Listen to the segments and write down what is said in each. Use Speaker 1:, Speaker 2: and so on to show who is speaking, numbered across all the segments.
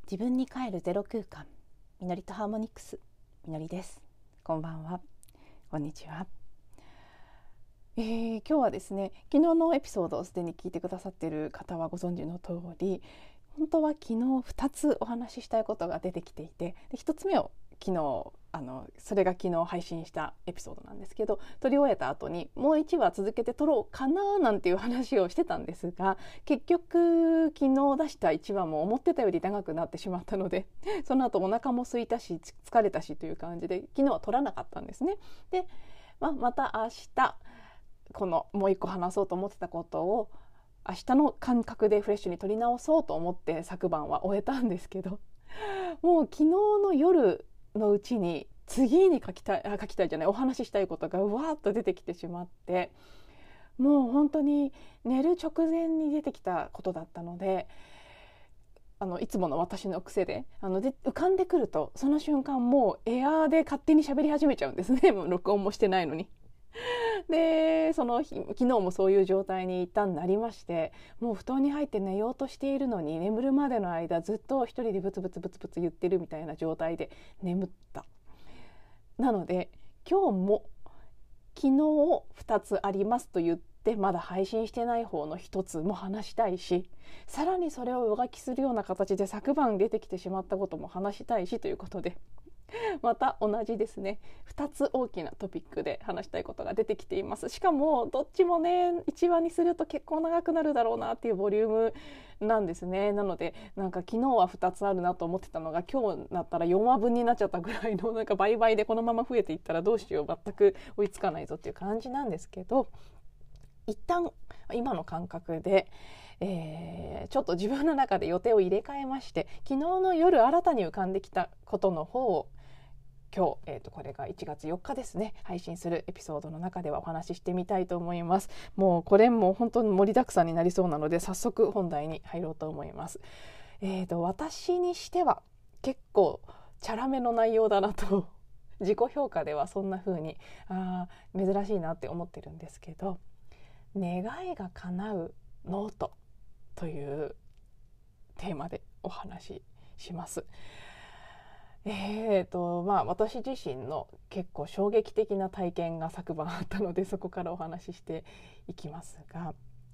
Speaker 1: 自分に帰るゼロ空間、みのりとハーモニクス、みのりです。こんばんは、こんにちは。今日はですね、昨日のエピソードをすでに聞いてくださっている方はご存知の通り、本当は昨日2つお話ししたいことが出てきていて、で1つ目を昨日それが昨日配信したエピソードなんですけど、撮り終えた後にもう1話続けて撮ろうかななんていう話をしてたんですが、結局昨日出した1話も思ってたより長くなってしまったので、その後お腹も空いたし疲れたしという感じで昨日は撮らなかったんですね。で、また明日このもう1個話そうと思ってたことを明日の感覚でフレッシュに撮り直そうと思って昨晩は終えたんですけど、もう昨日の夜のうちに次に書きたいじゃないお話ししたいことがうわーっと出てきてしまって、もう本当に寝る直前に出てきたことだったので、いつもの私の癖で浮かんでくるとその瞬間もうエアーで勝手に喋り始めちゃうんですね。もう録音もしてないのに。でその日昨日もそういう状態に一旦なりまして、もう布団に入って寝ようとしているのに眠るまでの間ずっと一人でブツブツブツブツ言ってるみたいな状態で眠った。なので今日も昨日2つありますと言ってまだ配信してない方の1つも話したいし、さらにそれを上書きするような形で昨晩出てきてしまったことも話したいしということで、また同じですね、2つ大きなトピックで話したいことが出てきています。しかもどっちもね1話にすると結構長くなるだろうなっていうボリュームなんですね。なので昨日は2つあるなと思ってたのが今日になったら4話分になっちゃったぐらいの倍々でこのまま増えていったらどうしよう、全く追いつかないぞっていう感じなんですけど、一旦今の感覚でちょっと自分の中で予定を入れ替えまして、昨日の夜新たに浮かんできたことの方を今日、これが1月4日ですね、配信するエピソードの中ではお話ししてみたいと思います。もうこれも本当に盛りだくさんになりそうなので早速本題に入ろうと思います。私にしては結構チャラめの内容だなと自己評価ではそんな風に珍しいなって思ってるんですけど、願いが叶うノートというテーマでお話しします。私自身の結構衝撃的な体験が昨晩あったので、そこからお話ししていきますが、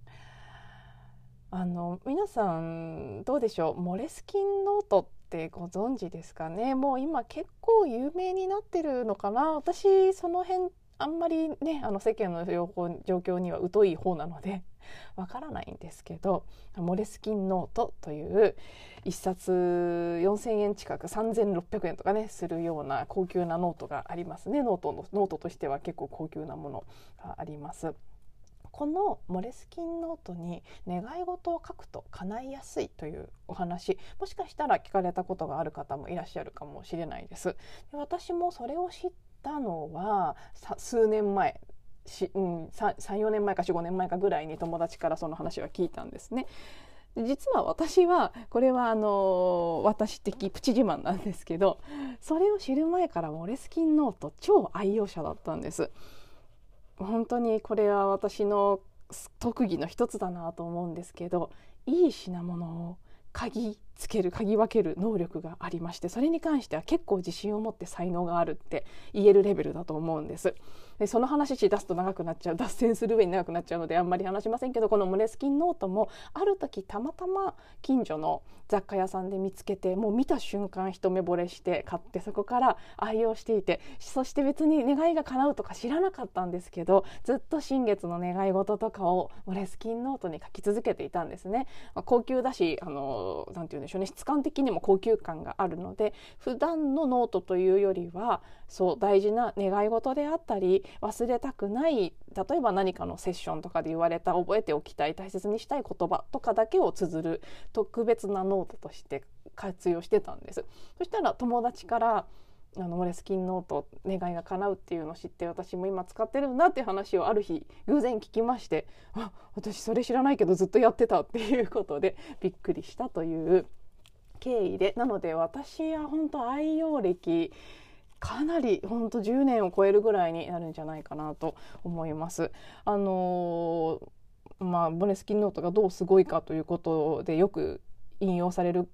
Speaker 1: 皆さんどうでしょう、モレスキンノートってご存知ですかね。もう今結構有名になってるのかな。私その辺あんまりね世間の状況には疎い方なのでわからないんですけど、モレスキンノートという一冊4000円近く3600円とかねするような高級なノートがありますね。ノートとしては結構高級なものがあります。このモレスキンノートに願い事を書くと叶いやすいというお話、もしかしたら聞かれたことがある方もいらっしゃるかもしれないです。で、私もそれを知ったのは数年前、3、4年前か4、5年前かぐらいに友達からその話は聞いたんですね。実は私はこれは私的プチ自慢なんですけど、それを知る前からモレスキンノート超愛用者だったんです。本当にこれは私の特技の一つだなと思うんですけど、いい品物を嗅ぎ分ける能力がありまして、それに関しては結構自信を持って才能があるって言えるレベルだと思うんです。でその話し出すと長くなっちゃう、脱線する上に長くなっちゃうのであんまり話しませんけど、このモレスキンノートもある時たまたま近所の雑貨屋さんで見つけて、もう見た瞬間一目惚れして買って、そこから愛用していて、そして別に願いが叶うとか知らなかったんですけど、ずっと新月の願い事とかをモレスキンノートに書き続けていたんですね。高級だしなんていうんでしょうね、質感的にも高級感があるので、普段のノートというよりはそう大事な願い事であったり、忘れたくない、例えば何かのセッションとかで言われた覚えておきたい大切にしたい言葉とかだけを綴る特別なノートとして活用してたんです。そしたら友達からモレスキンノート願いが叶うっていうのを知って、私も今使ってるんだっていう話をある日偶然聞きまして、私それ知らないけどずっとやってたっていうことでびっくりしたという経緯で、なので私は本当愛用歴かなり本当10年を超えるぐらいになるんじゃないかなと思います。モレスキンノートがどうすごいかということでよく引用される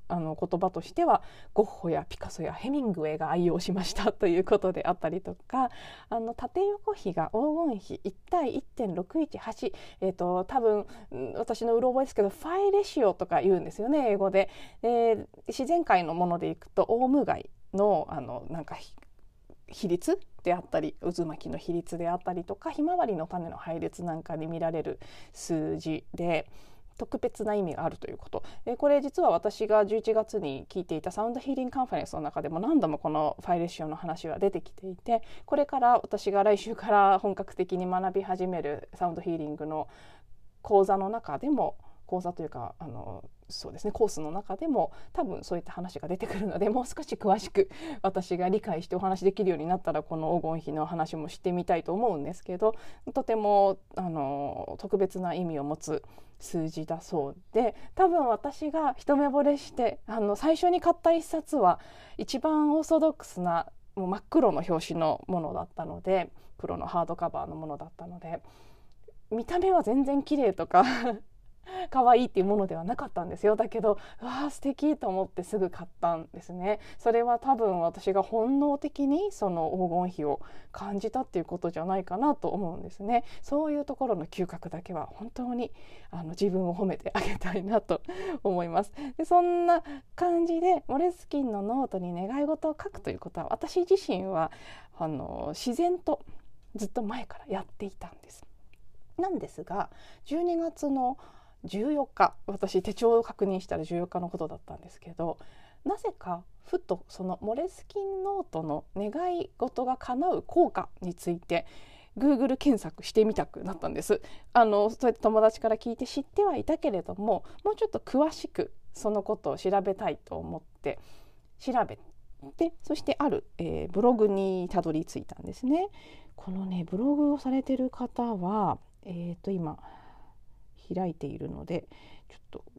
Speaker 1: 言葉としてはゴッホやピカソやヘミングウェイが愛用しましたということであったりとか、縦横比が黄金比1対 1.618、多分私のうろ覚えですけどファイレシオとか言うんですよね、英語で。自然界のものでいくとオウムガイのなんか比率であったり渦巻きの比率であったりとかひまわりの種の配列なんかに見られる数字で特別な意味があるということ。これ実は私が11月に聞いていたサウンドヒーリングカンファレンスの中でも何度もこのファイレシオの話は出てきていて、これから私が来週から本格的に学び始めるサウンドヒーリングの講座の中でも、講座というかそうですね、コースの中でも多分そういった話が出てくるので、もう少し詳しく私が理解してお話できるようになったらこの黄金比の話もしてみたいと思うんですけど、とても特別な意味を持つ数字だそうで、多分私が一目惚れして最初に買った一冊は一番オーソドックスなもう真っ黒の表紙のものだったので、黒のハードカバーのものだったので、見た目は全然綺麗とか可愛いっていうものではなかったんですよ。だけどわあ素敵と思ってすぐ買ったんですね。それは多分私が本能的にその黄金比を感じたっていうことじゃないかなと思うんですね。そういうところの嗅覚だけは本当に自分を褒めてあげたいなと思います。でそんな感じでモレスキンのノートに願い事を書くということは私自身は自然とずっと前からやっていたんです。なんですが12月の14日、私手帳を確認したら14日のことだったんですけど、なぜかふとそのモレスキンノートの願い事が叶う効果について Google 検索してみたくなったんです。そうやって友達から聞いて知ってはいたけれども、もうちょっと詳しくそのことを調べたいと思って調べて、そしてある、ブログにたどり着いたんですね。このねブログをされてる方は今開いているのでちょっと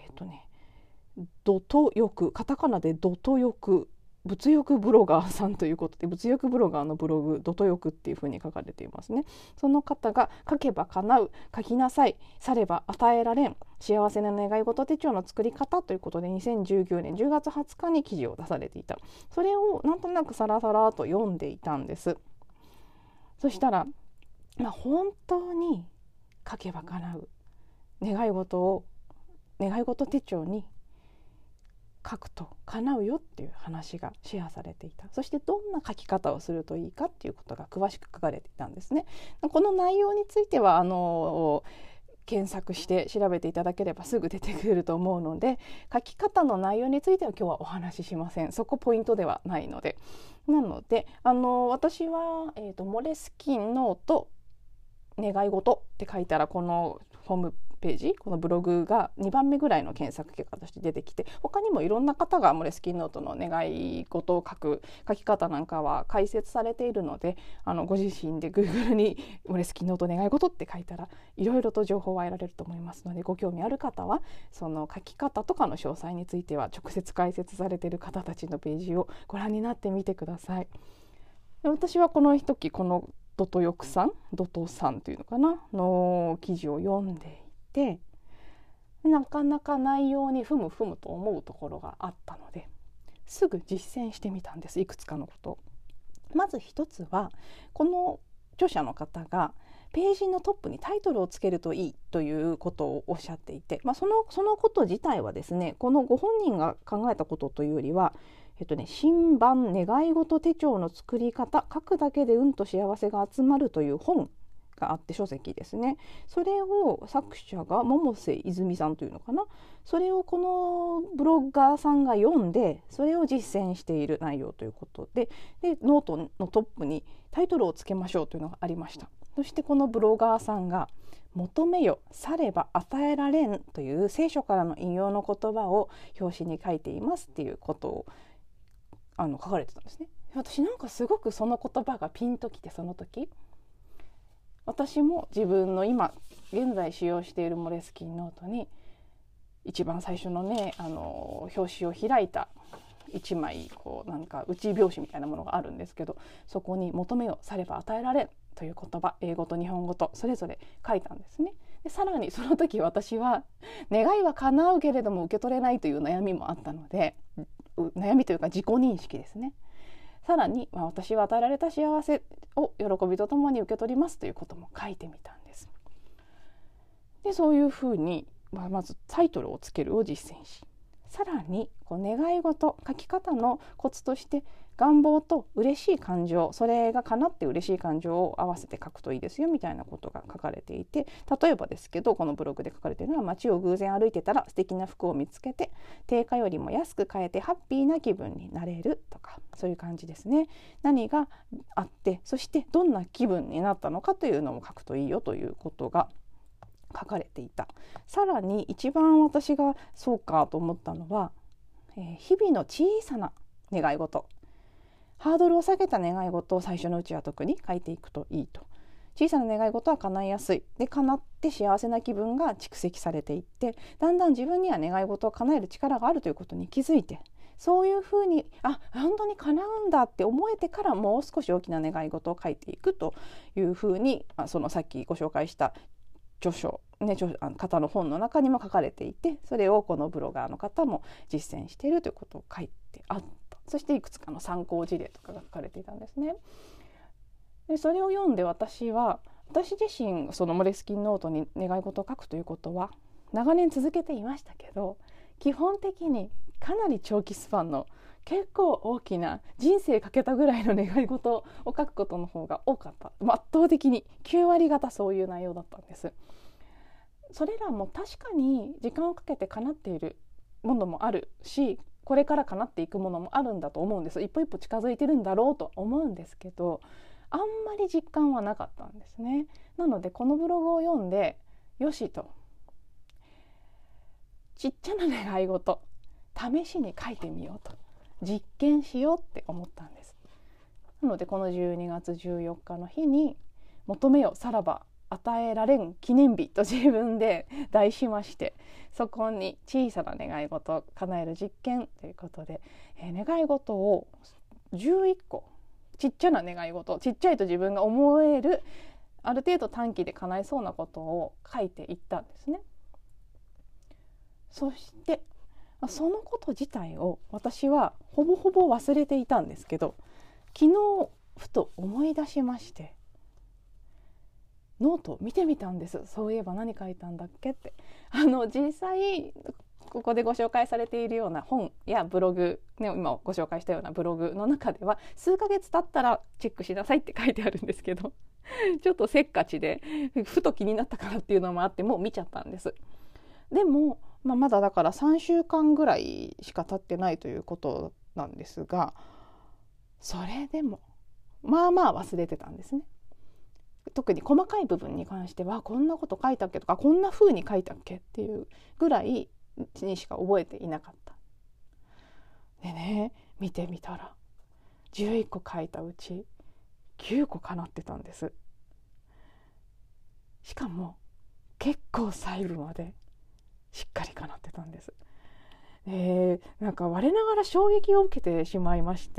Speaker 1: ドト欲、カタカナでドト欲、物欲ブロガーさんということで、物欲ブロガーのブログドト欲っていうふうに書かれていますね。その方が書けば叶う、書きなさい、されば与えられん、幸せな願い事手帳の作り方ということで2019年10月20日に記事を出されていた。それをなんとなくさらさらと読んでいたんです。そしたら、本当に書けば叶う願い事手帳に書くと叶うよっていう話がシェアされていた。そしてどんな書き方をするといいかっていうことが詳しく書かれていたんですね。この内容については検索して調べていただければすぐ出てくると思うので、書き方の内容については今日はお話ししません。そこポイントではないので。なので私は、モレスキンノート願い事って書いたらこのホームページ、このブログが2番目ぐらいの検索結果として出てきて、他にもいろんな方がモレスキンノートの願い事を書き方なんかは解説されているので、ご自身で Google にモレスキンノート願い事って書いたらいろいろと情報は得られると思いますので、ご興味ある方はその書き方とかの詳細については直接解説されている方たちのページをご覧になってみてください。私はこの時このドトさんというのかなの記事を読んでいて、なかなか内容にふむふむと思うところがあったのですぐ実践してみたんです。いくつかのこと。まず一つはこの著者の方がページのトップにタイトルをつけるといいということをおっしゃっていて、そのこと自体はですね、このご本人が考えたことというよりは新版願い事手帳の作り方、書くだけで運と幸せが集まるという本があって、書籍ですね。それを作者が百瀬泉さんというのかな、それをこのブロガーさんが読んでそれを実践している内容ということで、ノートのトップにタイトルをつけましょうというのがありました。そしてこのブロガーさんが求めよされば与えられんという聖書からの引用の言葉を表紙に書いていますっていうことを書かれてたんですね。私なんかすごくその言葉がピンときて、その時私も自分の今現在使用しているモレスキンノートに一番最初のね表紙を開いた一枚なんか内表紙みたいなものがあるんですけど、そこに求めよされば与えられんという言葉、英語と日本語とそれぞれ書いたんですね。 でさらにその時私は願いは叶うけれども受け取れないという悩みもあったので、悩みというか自己認識ですね。さらに、私は与えられた幸せを喜びとともに受け取りますということも書いてみたんです。でそういうふうに、まずタイトルをつけるを実践し、さらに願い事書き方のコツとして願望と嬉しい感情、それが叶って嬉しい感情を合わせて書くといいですよみたいなことが書かれていて、例えばですけどこのブログで書かれているのは、街を偶然歩いてたら素敵な服を見つけて定価よりも安く買えてハッピーな気分になれるとか、そういう感じですね。何があって、そしてどんな気分になったのかというのを書くといいよということが書かれていた。さらに一番私がそうかと思ったのは、日々の小さな願い事、ハードルを下げた願い事を最初のうちは特に書いていくといいと。小さな願い事は叶いやすい。で叶って幸せな気分が蓄積されていって、だんだん自分には願い事を叶える力があるということに気づいて、そういうふうに本当に叶うんだって思えてから、もう少し大きな願い事を書いていくというふうに、そのさっきご紹介した著書、方の本の中にも書かれていて、それをこのブロガーの方も実践しているということを書いてあった。そしていくつかの参考事例とかが書かれていたんですね。でそれを読んで私自身そのモレスキンノートに願い事を書くということは長年続けていましたけど、基本的にかなり長期スパンの結構大きな人生かけたぐらいの願い事を書くことの方が多かった。圧倒的に9割方そういう内容だったんです。それらも確かに時間をかけて叶っているものもあるし、これから叶っていくものもあるんだと思うんです。一歩一歩近づいてるんだろうと思うんですけど、あんまり実感はなかったんですね。なのでこのブログを読んで、よしと、ちっちゃな願い事試しに書いてみようと、実験しようって思ったんです。なのでこの12月14日の日に、求めよさらば与えられん記念日と自分で題しまして、そこに小さな願い事を叶える実験ということで、願い事を11個、ちっちゃな願い事、ちっちゃいと自分が思える、ある程度短期で叶えそうなことを書いていったんですね。そしてそのこと自体を私はほぼほぼ忘れていたんですけど、昨日ふと思い出しまして、ノートを見てみたんです。そういえば何書いたんだっけって。実際ここでご紹介されているような本やブログ、今ご紹介したようなブログの中では、数ヶ月経ったらチェックしなさいって書いてあるんですけど、ちょっとせっかちでふと気になったからっていうのもあって、もう見ちゃったんです。でも、まだだから3週間ぐらいしか経ってないということなんですが、それでも忘れてたんですね。特に細かい部分に関しては、こんなこと書いたっけとか、こんな風に書いたっけっていうぐらいにしか覚えていなかった。でね、見てみたら11個書いたうち9個叶ってたんです。しかも結構細部までしっかり叶ってたんです。なんか我ながら衝撃を受けてしまいまして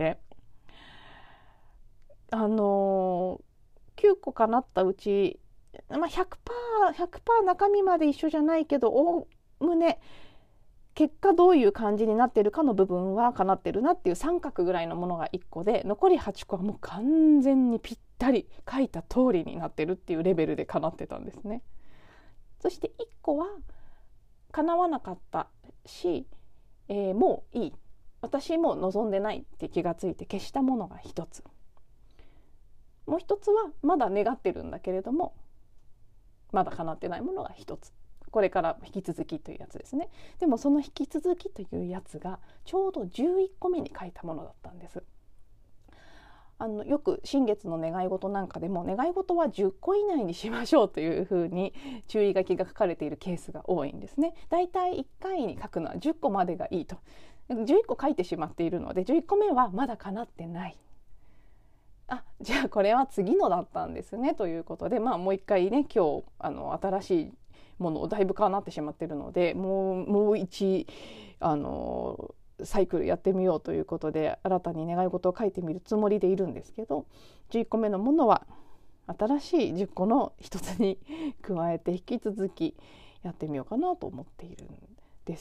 Speaker 1: 、9個叶ったうち、100% 中身まで一緒じゃないけど、おおむね結果どういう感じになってるかの部分は叶ってるなっていう三角ぐらいのものが1個で、残り8個はもう完全にぴったり書いた通りになってるっていうレベルで叶ってたんですね。そして1個は叶わなかったし、もういい、私も望んでないって気がついて消したものが1つ。もう一つはまだ願ってるんだけれどもまだ叶ってないものが一つ、これから引き続きというやつですね。でもその引き続きというやつがちょうど11個目に書いたものだったんです。よく新月の願い事なんかでも、願い事は10個以内にしましょうというふうに注意書きが書かれているケースが多いんですね。だいたい1回に書くのは10個までがいいと。11個書いてしまっているので、11個目はまだ叶ってない、じゃあこれは次のだったんですねということで、もう一回ね、今日新しいものをだいぶ叶ってしまっているので、もう一サイクルやってみようということで、新たに願い事を書いてみるつもりでいるんですけど、11個目のものは新しい10個の一つに加えて引き続きやってみようかなと思っているんです。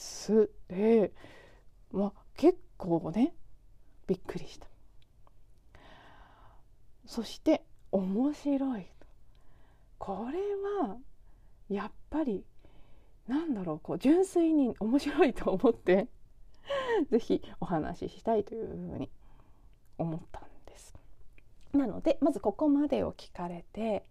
Speaker 1: 結構ねびっくりした。そして面白い。これはやっぱり純粋に面白いと思ってぜひお話ししたいというふうに思ったんです。なのでまずここまでを聞かれて、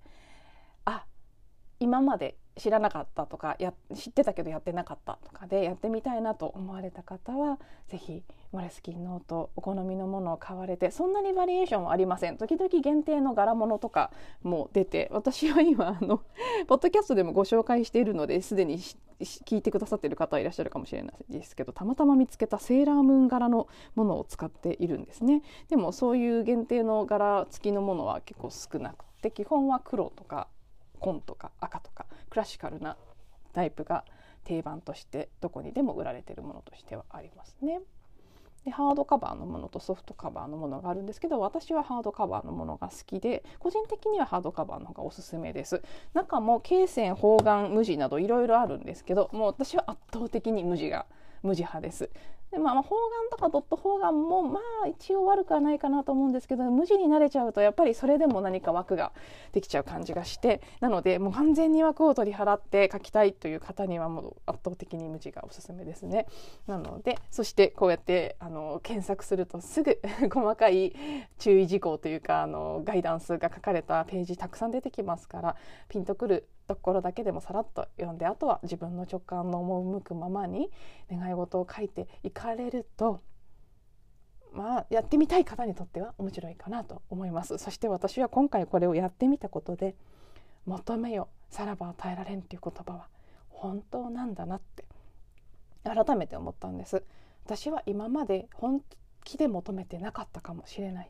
Speaker 1: 今まで知らなかったとか知ってたけどやってなかったとかでやってみたいなと思われた方はぜひモレスキンノートお好みのものを買われて、そんなにバリエーションはありません。時々限定の柄物とかも出て、私は今ポッドキャストでもご紹介しているのですでに聞いてくださっている方いらっしゃるかもしれないですけど、たまたま見つけたセーラームーン柄のものを使っているんですね。でもそういう限定の柄付きのものは結構少なくて、基本は黒とか紺とか赤とかクラシカルなタイプが定番としてどこにでも売られているものとしてはありますね。でハードカバーのものとソフトカバーのものがあるんですけど、私はハードカバーのものが好きで、個人的にはハードカバーの方がおすすめです。中も罫線、方眼、無地などいろいろあるんですけど、もう私は圧倒的に無地派です。で方眼とかドット方眼も一応悪くはないかなと思うんですけど、無地に慣れちゃうとやっぱりそれでも何か枠ができちゃう感じがして、なのでもう完全に枠を取り払って描きたいという方にはもう圧倒的に無地がおすすめですね。なのでそしてこうやって検索するとすぐ細かい注意事項というかガイダンスが書かれたページたくさん出てきますから、ピンとくるところだけでもさらっと読んで、あとは自分の直感の赴くままに願い事を書いていかれると、やってみたい方にとっては面白いかなと思います。そして私は今回これをやってみたことで、求めよさらば与えられんという言葉は本当なんだなって改めて思ったんです。私は今まで本気で求めてなかったかもしれない。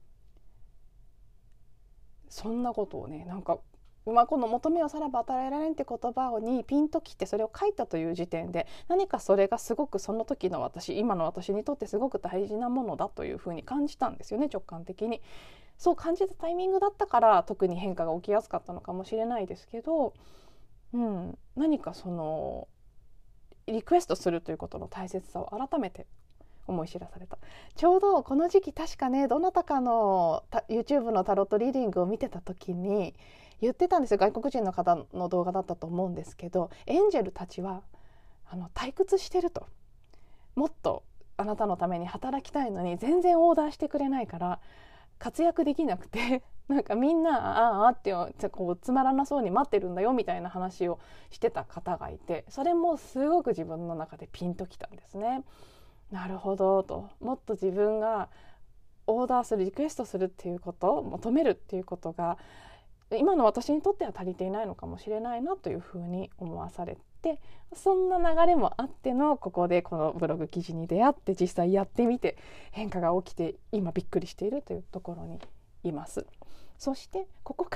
Speaker 1: そんなことをね、この求めよさらば与えられんって言葉にピンときてそれを書いたという時点で、何かそれがすごくその時の今の私にとってすごく大事なものだというふうに感じたんですよね、直感的に。そう感じたタイミングだったから特に変化が起きやすかったのかもしれないですけど、何かリクエストするということの大切さを改めて思い知らされた。ちょうどこの時期確かね、どなたかのYouTube のタロットリーディングを見てた時に言ってたんですよ。外国人の方の動画だったと思うんですけど、エンジェルたちは退屈してると、もっとあなたのために働きたいのに全然オーダーしてくれないから活躍できなくてみんなってつまらなそうに待ってるんだよみたいな話をしてた方がいて、それもすごく自分の中でピンときたんですね。なるほどと、もっと自分がオーダーする、リクエストするっていうこと、求めるっていうことが今の私にとっては足りていないのかもしれないなというふうに思わされて、そんな流れもあってのここでこのブログ記事に出会って、実際やってみて変化が起きて今びっくりしているというところにいます。そしてここ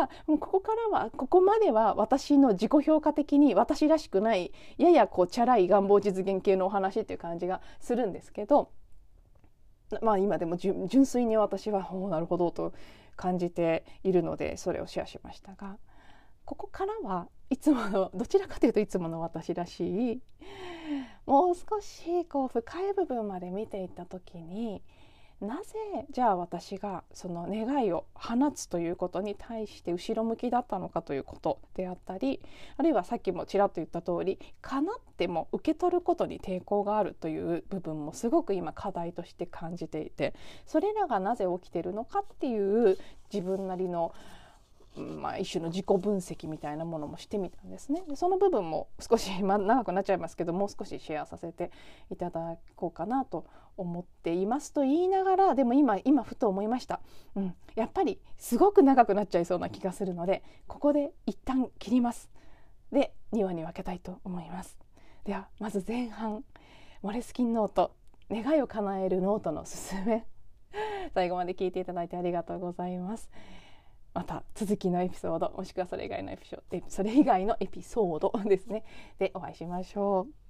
Speaker 1: までは私の自己評価的に私らしくないややチャラい願望実現系のお話っていう感じがするんですけど、今でも純粋に私はなるほどと感じているのでそれをシェアしましたが、ここからはいつものどちらかというといつもの私らしい、もう少し深い部分まで見ていった時に、なぜじゃあ私がその願いを放つということに対して後ろ向きだったのかということであったり、あるいはさっきもちらっと言った通り、叶っても受け取ることに抵抗があるという部分もすごく今課題として感じていて、それらがなぜ起きているのかっていう自分なりの一種の自己分析みたいなものもしてみたんですね。でその部分も少し長くなっちゃいますけど、もう少しシェアさせていただこうかなと思っていますと言いながら、でも今ふと思いました、やっぱりすごく長くなっちゃいそうな気がするので、ここで一旦切ります。で2話に分けたいと思います。ではまず前半、モレスキンノート、願いを叶えるノートのすすめ最後まで聞いていただいてありがとうございます。また続きのエピソード、もしくはそれ以外のエピソードですねでお会いしましょう。